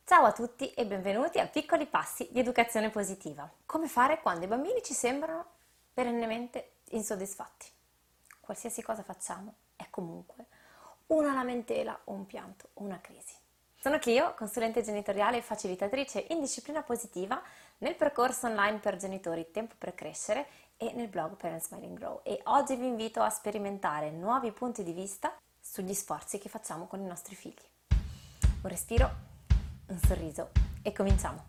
Ciao a tutti e benvenuti a Piccoli Passi di Educazione Positiva. Come fare quando i bambini ci sembrano perennemente insoddisfatti? Qualsiasi cosa facciamo è comunque una lamentela, un pianto, una crisi. Sono Clio, consulente genitoriale e facilitatrice in disciplina positiva nel percorso online per genitori Tempo per Crescere e nel blog Parent Smiling Grow, e oggi vi invito a sperimentare nuovi punti di vista sugli sforzi che facciamo con i nostri figli. Un respiro, un sorriso e cominciamo!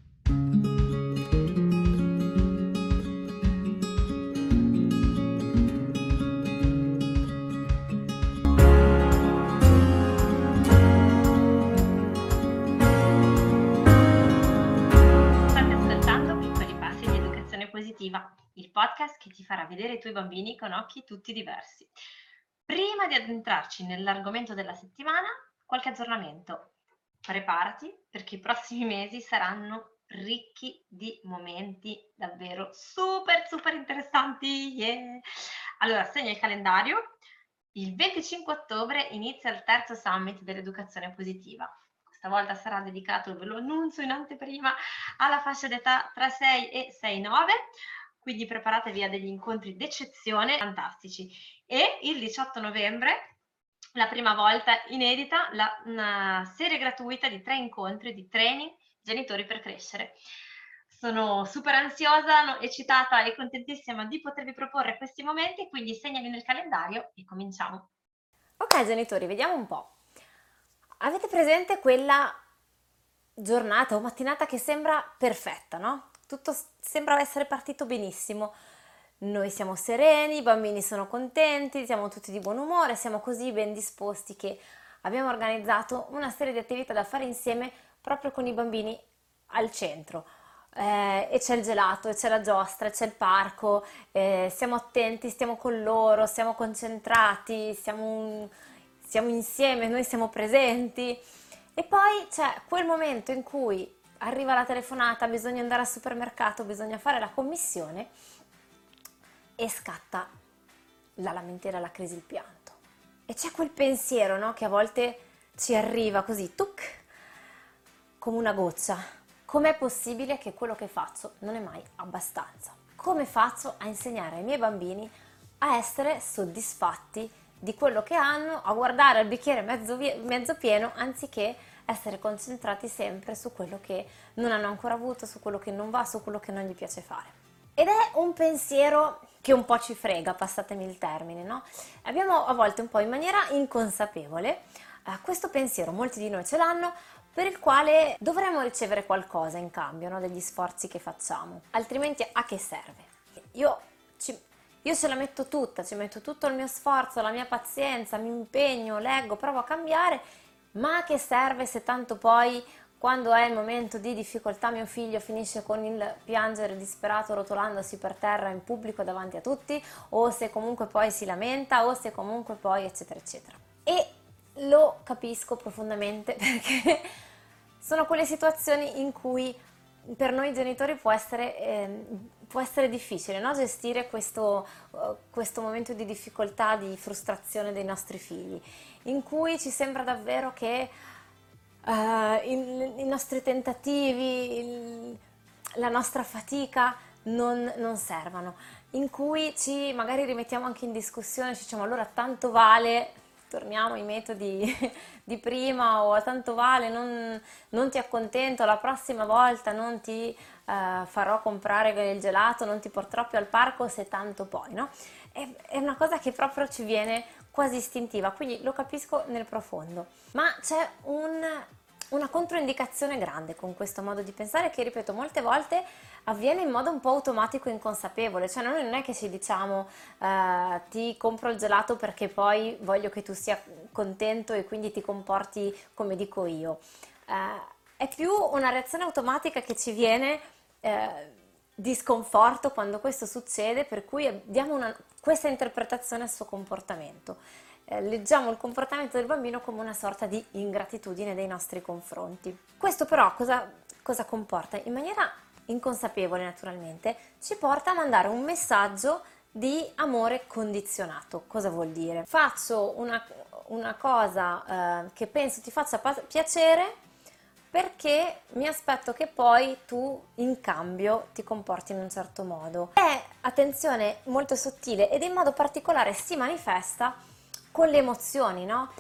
State ascoltando Piccoli Passi di Educazione Positiva, il podcast che ti farà vedere i tuoi bambini con occhi tutti diversi. Prima di addentrarci nell'argomento della settimana, qualche aggiornamento. Preparati perché i prossimi mesi saranno ricchi di momenti davvero super interessanti. Yeah! Allora, segna il calendario. Il 25 ottobre inizia il terzo summit dell'educazione positiva. Questa volta sarà dedicato, ve lo annuncio in anteprima, alla fascia d'età tra 6 e 6-9, quindi preparatevi a degli incontri d'eccezione fantastici. E il 18 novembre, la prima volta inedita, una serie gratuita di 3 incontri di training Genitori per Crescere. Sono super ansiosa, eccitata e contentissima di potervi proporre questi momenti, quindi segnali nel calendario e cominciamo. Ok genitori, vediamo un po'. Avete presente quella giornata o mattinata che sembra perfetta, no? Tutto sembra essere partito benissimo. Noi siamo sereni, i bambini sono contenti, siamo tutti di buon umore, siamo così ben disposti che abbiamo organizzato una serie di attività da fare insieme proprio con i bambini al centro. E c'è il gelato, e c'è la giostra, e c'è il parco, siamo attenti, stiamo con loro, siamo concentrati, siamo insieme, noi siamo presenti. E poi c'è quel momento in cui arriva la telefonata, bisogna andare al supermercato, bisogna fare la commissione e scatta la lamentela, la crisi, il pianto. E c'è quel pensiero, no, che a volte ci arriva così, tuc, come una goccia. Com'è possibile che quello che faccio non è mai abbastanza? Come faccio a insegnare ai miei bambini a essere soddisfatti di quello che hanno, a guardare il bicchiere mezzo pieno, anziché essere concentrati sempre su quello che non hanno ancora avuto, su quello che non va, su quello che non gli piace fare? Ed è un pensiero che un po' ci frega, passatemi il termine, no? Abbiamo a volte un po' in maniera inconsapevole questo pensiero, molti di noi ce l'hanno, per il quale dovremmo ricevere qualcosa in cambio, no, degli sforzi che facciamo, altrimenti a che serve? Io ce la metto tutta, ci metto tutto il mio sforzo, la mia pazienza, mi impegno, leggo, provo a cambiare, ma a che serve se tanto poi quando è il momento di difficoltà mio figlio finisce con il piangere disperato rotolandosi per terra in pubblico davanti a tutti, o se comunque poi si lamenta, o se comunque poi eccetera eccetera. E lo capisco profondamente perché sono quelle situazioni in cui per noi genitori può essere difficile, no? Gestire questo momento di difficoltà, di frustrazione dei nostri figli, in cui ci sembra davvero che i nostri tentativi, la nostra fatica non servano, in cui ci magari rimettiamo anche in discussione, ci diciamo allora tanto vale, torniamo ai metodi di prima, o tanto vale, non ti accontento, la prossima volta non ti farò comprare il gelato, non ti porterò più al parco se tanto poi, no? È una cosa che proprio ci viene quasi istintiva, quindi lo capisco nel profondo, ma c'è una controindicazione grande con questo modo di pensare che, ripeto, molte volte avviene in modo un po' automatico e inconsapevole, cioè noi non è che ci diciamo ti compro il gelato perché poi voglio che tu sia contento e quindi ti comporti come dico io, è più una reazione automatica che ci viene di sconforto quando questo succede, per cui diamo questa interpretazione al suo comportamento. Leggiamo il comportamento del bambino come una sorta di ingratitudine nei nostri confronti. Questo però cosa comporta? In maniera inconsapevole naturalmente ci porta a mandare un messaggio di amore condizionato. Cosa vuol dire? Faccio una cosa che penso ti faccia piacere, perché mi aspetto che poi tu in cambio ti comporti in un certo modo. È, attenzione, molto sottile ed in modo particolare si manifesta con le emozioni, no?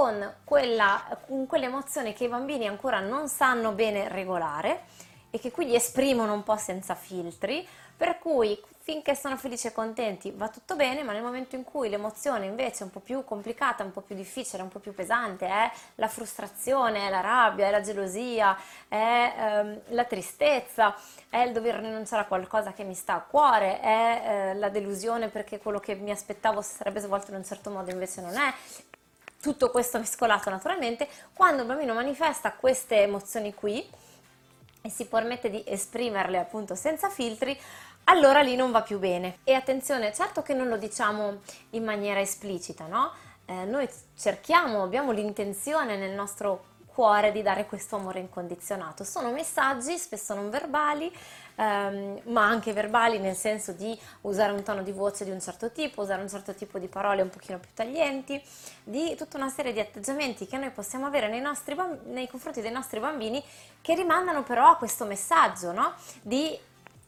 Con quelle emozioni che i bambini ancora non sanno bene regolare e che quindi esprimono un po' senza filtri, per cui finché sono felici e contenti va tutto bene, ma nel momento in cui l'emozione invece è un po' più complicata, un po' più difficile, un po' più pesante, è la frustrazione, è la rabbia, è la gelosia, è la tristezza, è il dover rinunciare a qualcosa che mi sta a cuore, è la delusione perché quello che mi aspettavo si sarebbe svolto in un certo modo invece non è. Tutto questo mescolato naturalmente, quando il bambino manifesta queste emozioni qui e si permette di esprimerle appunto senza filtri, allora lì non va più bene. E attenzione, certo che non lo diciamo in maniera esplicita, no? Noi cerchiamo, abbiamo l'intenzione nel nostro cuore di dare questo amore incondizionato. Sono messaggi spesso non verbali, ma anche verbali nel senso di usare un tono di voce di un certo tipo, usare un certo tipo di parole un pochino più taglienti, di tutta una serie di atteggiamenti che noi possiamo avere nei confronti dei nostri bambini che rimandano però a questo messaggio, no? Di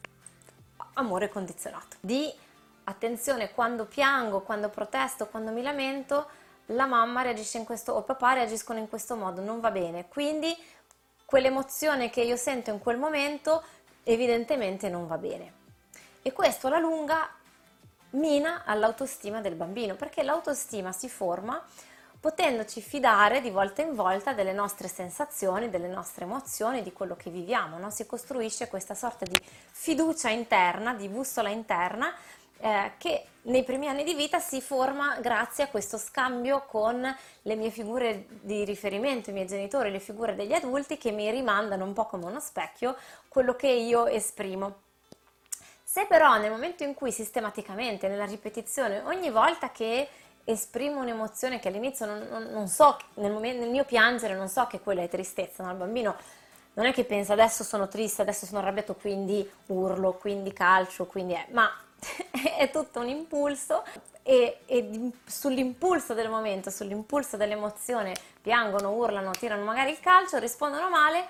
amore condizionato, di attenzione, quando piango, quando protesto, quando mi lamento, la mamma reagisce in questo o il papà reagiscono in questo modo, non va bene. Quindi quell'emozione che io sento in quel momento evidentemente non va bene. E questo alla lunga mina all'autostima del bambino, perché l'autostima si forma potendoci fidare di volta in volta delle nostre sensazioni, delle nostre emozioni, di quello che viviamo, no? Si costruisce questa sorta di fiducia interna, di bussola interna, che nei primi anni di vita si forma grazie a questo scambio con le mie figure di riferimento, i miei genitori, le figure degli adulti che mi rimandano un po' come uno specchio quello che io esprimo. Se però nel momento in cui sistematicamente, nella ripetizione, ogni volta che esprimo un'emozione che all'inizio non so, nel mio piangere non so che quella è tristezza, no? Il bambino non è che pensa adesso sono triste, adesso sono arrabbiato, quindi urlo, quindi calcio, quindi ma è tutto un impulso e sull'impulso del momento, sull'impulso dell'emozione piangono, urlano, tirano magari il calcio, rispondono male.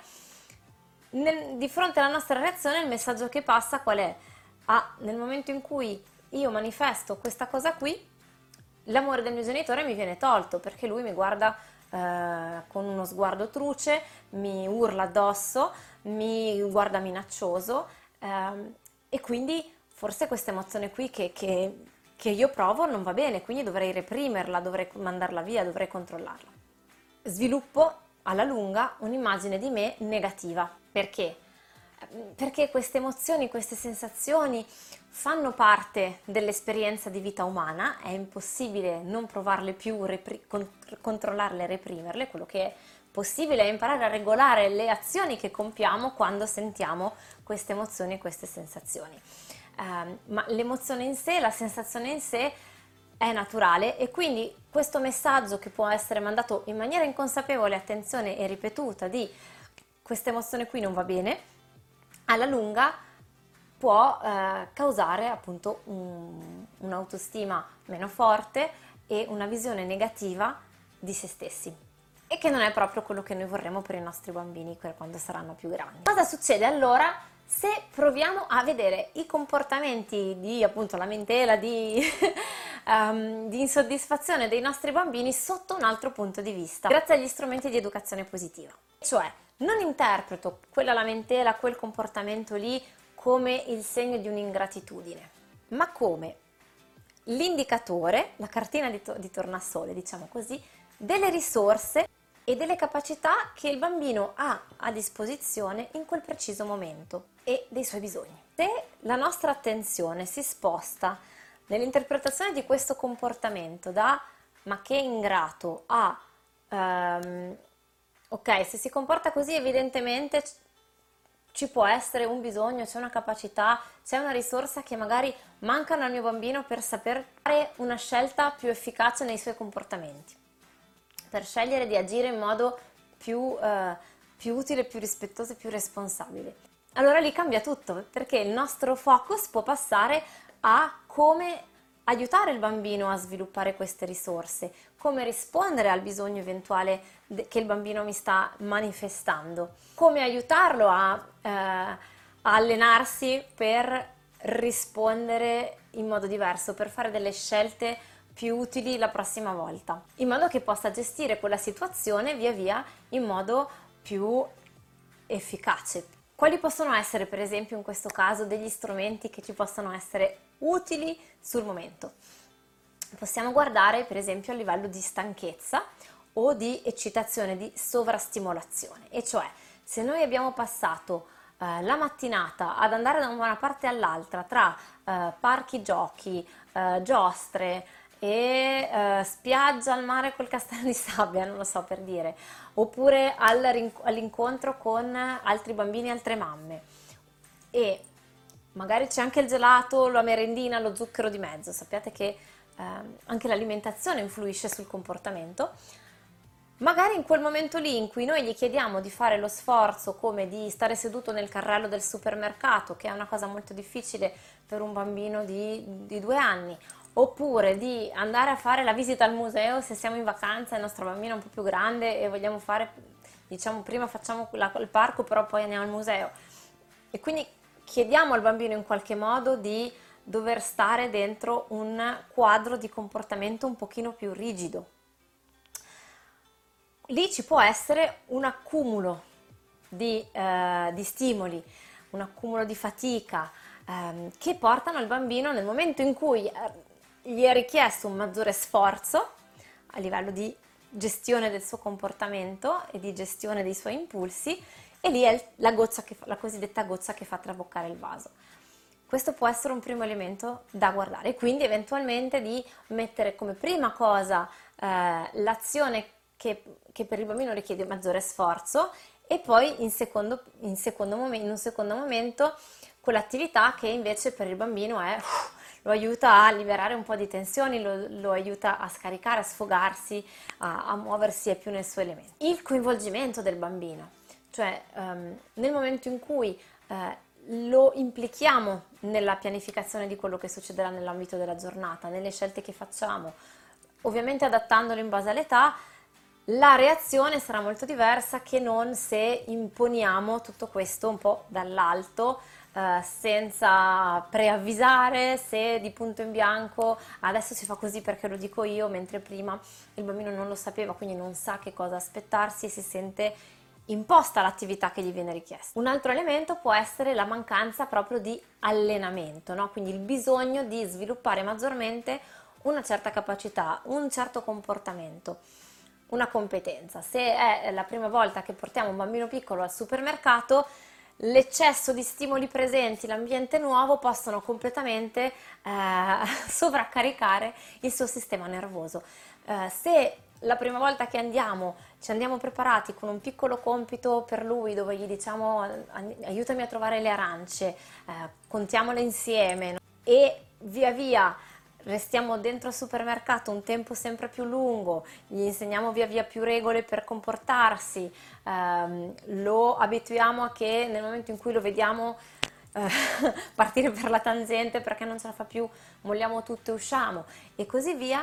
Di fronte alla nostra reazione il messaggio che passa qual è? Nel momento in cui io manifesto questa cosa qui, l'amore del mio genitore mi viene tolto perché lui mi guarda con uno sguardo truce, mi urla addosso, mi guarda minaccioso e quindi forse questa emozione qui che io provo non va bene, quindi dovrei reprimerla, dovrei mandarla via, dovrei controllarla. Sviluppo alla lunga un'immagine di me negativa. Perché? Perché queste emozioni, queste sensazioni fanno parte dell'esperienza di vita umana, è impossibile non provarle più, controllarle e reprimerle, quello che è possibile è imparare a regolare le azioni che compiamo quando sentiamo queste emozioni e queste sensazioni. Ma l'emozione in sé, la sensazione in sé è naturale e quindi questo messaggio che può essere mandato in maniera inconsapevole, attenzione e ripetuta di questa emozione qui non va bene, alla lunga può causare appunto un'autostima meno forte e una visione negativa di se stessi e che non è proprio quello che noi vorremmo per i nostri bambini per quando saranno più grandi. Cosa succede allora se proviamo a vedere i comportamenti di appunto lamentela, di insoddisfazione dei nostri bambini sotto un altro punto di vista, grazie agli strumenti di educazione positiva? Cioè, non interpreto quella lamentela, quel comportamento lì come il segno di un'ingratitudine, ma come l'indicatore, la cartina di tornasole, diciamo così, delle risorse e delle capacità che il bambino ha a disposizione in quel preciso momento e dei suoi bisogni. Se la nostra attenzione si sposta nell'interpretazione di questo comportamento da ma che ingrato a ok, se si comporta così evidentemente ci può essere un bisogno, c'è una capacità, c'è una risorsa che magari mancano al mio bambino per saper fare una scelta più efficace nei suoi comportamenti, per scegliere di agire in modo più utile, più rispettoso e più responsabile. Allora lì cambia tutto, perché il nostro focus può passare a come aiutare il bambino a sviluppare queste risorse, come rispondere al bisogno eventuale che il bambino mi sta manifestando, come aiutarlo a allenarsi per rispondere in modo diverso, per fare delle scelte più utili la prossima volta, in modo che possa gestire quella situazione via via in modo più efficace. Quali possono essere, per esempio, in questo caso, degli strumenti che ci possono essere utili sul momento? Possiamo guardare, per esempio, a livello di stanchezza o di eccitazione, di sovrastimolazione, e cioè se noi abbiamo passato la mattinata ad andare da una parte all'altra tra parchi giochi, giostre e spiaggia al mare col castello di sabbia, non lo so per dire, oppure all'incontro con altri bambini e altre mamme, e magari c'è anche il gelato, la merendina, lo zucchero di mezzo. Sappiate che anche l'alimentazione influisce sul comportamento. Magari in quel momento lì in cui noi gli chiediamo di fare lo sforzo come di stare seduto nel carrello del supermercato, che è una cosa molto difficile per un bambino di 2 anni, oppure di andare a fare la visita al museo se siamo in vacanza e il nostro bambino è un po' più grande e vogliamo fare, diciamo, prima facciamo il parco, però poi andiamo al museo. E quindi chiediamo al bambino in qualche modo di dover stare dentro un quadro di comportamento un pochino più rigido. Lì ci può essere un accumulo di stimoli, un accumulo di fatica che portano il bambino, nel momento in cui gli è richiesto un maggiore sforzo a livello di gestione del suo comportamento e di gestione dei suoi impulsi, e lì è la cosiddetta goccia che fa traboccare il vaso. Questo può essere un primo elemento da guardare, e quindi eventualmente di mettere come prima cosa l'azione che per il bambino richiede maggiore sforzo, e poi in un secondo momento quell'attività che invece per il bambino lo aiuta a liberare un po' di tensioni, lo aiuta a scaricare, a sfogarsi, a muoversi più nel suo elemento. Il coinvolgimento del bambino, cioè nel momento in cui lo implichiamo nella pianificazione di quello che succederà nell'ambito della giornata, nelle scelte che facciamo, ovviamente adattandolo in base all'età, la reazione sarà molto diversa che non se imponiamo tutto questo un po' dall'alto, senza preavvisare, se di punto in bianco adesso si fa così perché lo dico io, mentre prima il bambino non lo sapeva, quindi non sa che cosa aspettarsi e si sente imposta l'attività che gli viene richiesta. Un altro elemento può essere la mancanza proprio di allenamento, no? Quindi il bisogno di sviluppare maggiormente una certa capacità, un certo comportamento, una competenza. Se è la prima volta che portiamo un bambino piccolo al supermercato, l'eccesso di stimoli presenti, l'ambiente nuovo possono completamente sovraccaricare il suo sistema nervoso. Se la prima volta che ci andiamo preparati con un piccolo compito per lui, dove gli diciamo aiutami a trovare le arance, contiamole insieme, no? E via via restiamo dentro al supermercato un tempo sempre più lungo, gli insegniamo via via più regole per comportarsi, lo abituiamo a che nel momento in cui lo vediamo partire per la tangente perché non ce la fa più, molliamo tutto e usciamo, e così via.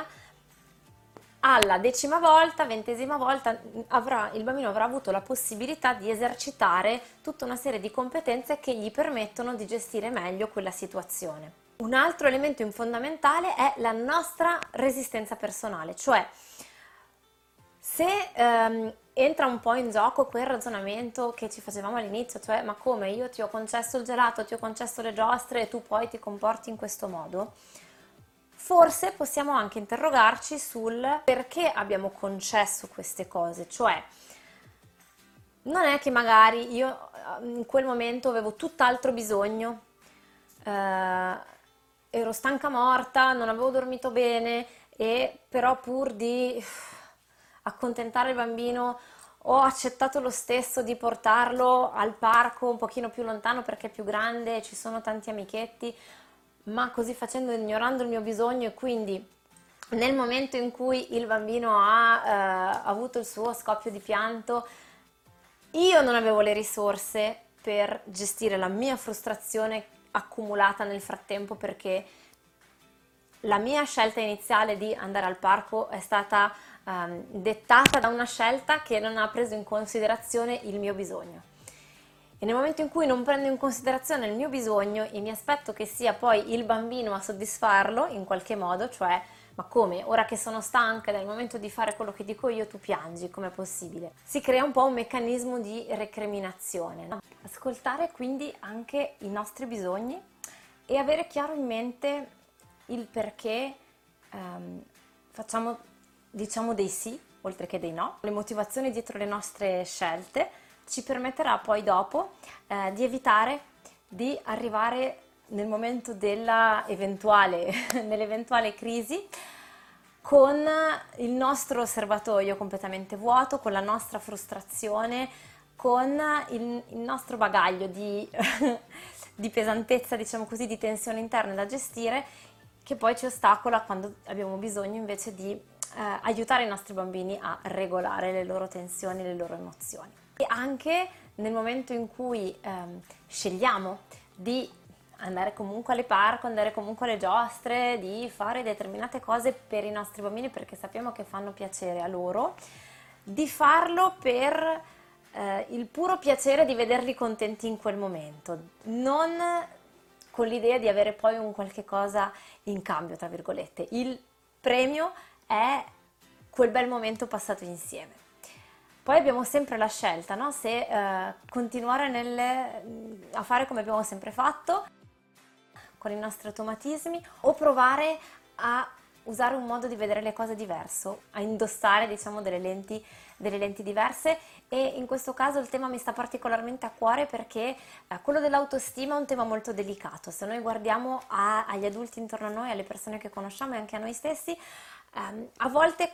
Alla 10ª volta, 20ª volta il bambino avrà avuto la possibilità di esercitare tutta una serie di competenze che gli permettono di gestire meglio quella situazione. Un altro elemento fondamentale è la nostra resistenza personale, cioè se entra un po' in gioco quel ragionamento che ci facevamo all'inizio, cioè ma come, io ti ho concesso il gelato, ti ho concesso le giostre e tu poi ti comporti in questo modo, forse possiamo anche interrogarci sul perché abbiamo concesso queste cose, cioè non è che magari io in quel momento avevo tutt'altro bisogno, ero stanca morta, non avevo dormito bene, e però pur di accontentare il bambino ho accettato lo stesso di portarlo al parco un pochino più lontano perché è più grande e ci sono tanti amichetti, ma così facendo ignorando il mio bisogno, e quindi nel momento in cui il bambino ha avuto il suo scoppio di pianto, io non avevo le risorse per gestire la mia frustrazione accumulata nel frattempo, perché la mia scelta iniziale di andare al parco è stata dettata da una scelta che non ha preso in considerazione il mio bisogno. E nel momento in cui non prendo in considerazione il mio bisogno e mi aspetto che sia poi il bambino a soddisfarlo in qualche modo, cioè, ma come? Ora che sono stanca ed è il momento di fare quello che dico io, tu piangi, com'è possibile? Si crea un po' un meccanismo di recriminazione, no? Ascoltare quindi anche i nostri bisogni e avere chiaro in mente il perché facciamo, diciamo, dei sì, oltre che dei no. Le motivazioni dietro le nostre scelte ci permetterà poi dopo di evitare di arrivare nel momento nell'eventuale crisi con il nostro serbatoio completamente vuoto, con la nostra frustrazione, con il nostro bagaglio di, di pesantezza, diciamo così, di tensione interna da gestire, che poi ci ostacola quando abbiamo bisogno invece di aiutare i nostri bambini a regolare le loro tensioni, le loro emozioni. E anche nel momento in cui scegliamo di andare comunque alle parco, andare comunque alle giostre, di fare determinate cose per i nostri bambini perché sappiamo che fanno piacere a loro, di farlo per il puro piacere di vederli contenti in quel momento, non con l'idea di avere poi un qualche cosa in cambio, tra virgolette. Il premio è quel bel momento passato insieme. Poi abbiamo sempre la scelta, no? Se continuare a fare come abbiamo sempre fatto, con i nostri automatismi, o provare a usare un modo di vedere le cose diverso, a indossare, diciamo, delle lenti diverse. E in questo caso il tema mi sta particolarmente a cuore perché quello dell'autostima è un tema molto delicato. Se noi guardiamo agli adulti intorno a noi, alle persone che conosciamo e anche a noi stessi, a volte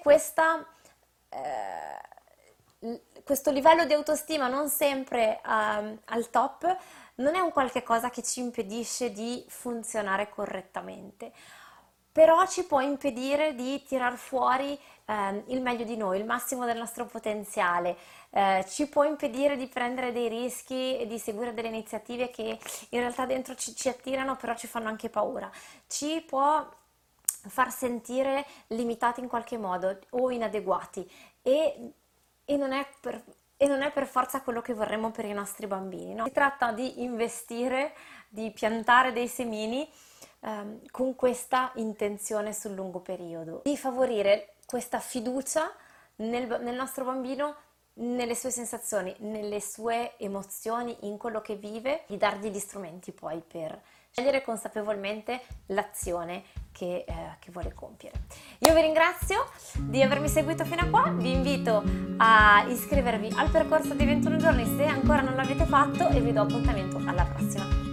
questo livello di autostima non sempre al top non è un qualche cosa che ci impedisce di funzionare correttamente, però ci può impedire di tirar fuori il meglio di noi, il massimo del nostro potenziale, ci può impedire di prendere dei rischi e di seguire delle iniziative che in realtà dentro ci attirano, però ci fanno anche paura, ci può far sentire limitati in qualche modo o inadeguati e non è per forza quello che vorremmo per i nostri bambini, no? Si tratta di investire, di piantare dei semini con questa intenzione sul lungo periodo, di favorire questa fiducia nel nostro bambino, nelle sue sensazioni, nelle sue emozioni, in quello che vive, di dargli gli strumenti poi per scegliere consapevolmente l'azione che vuole compiere. Io vi ringrazio di avermi seguito fino a qua, vi invito a iscrivervi al percorso di 21 giorni se ancora non l'avete fatto e vi do appuntamento alla prossima.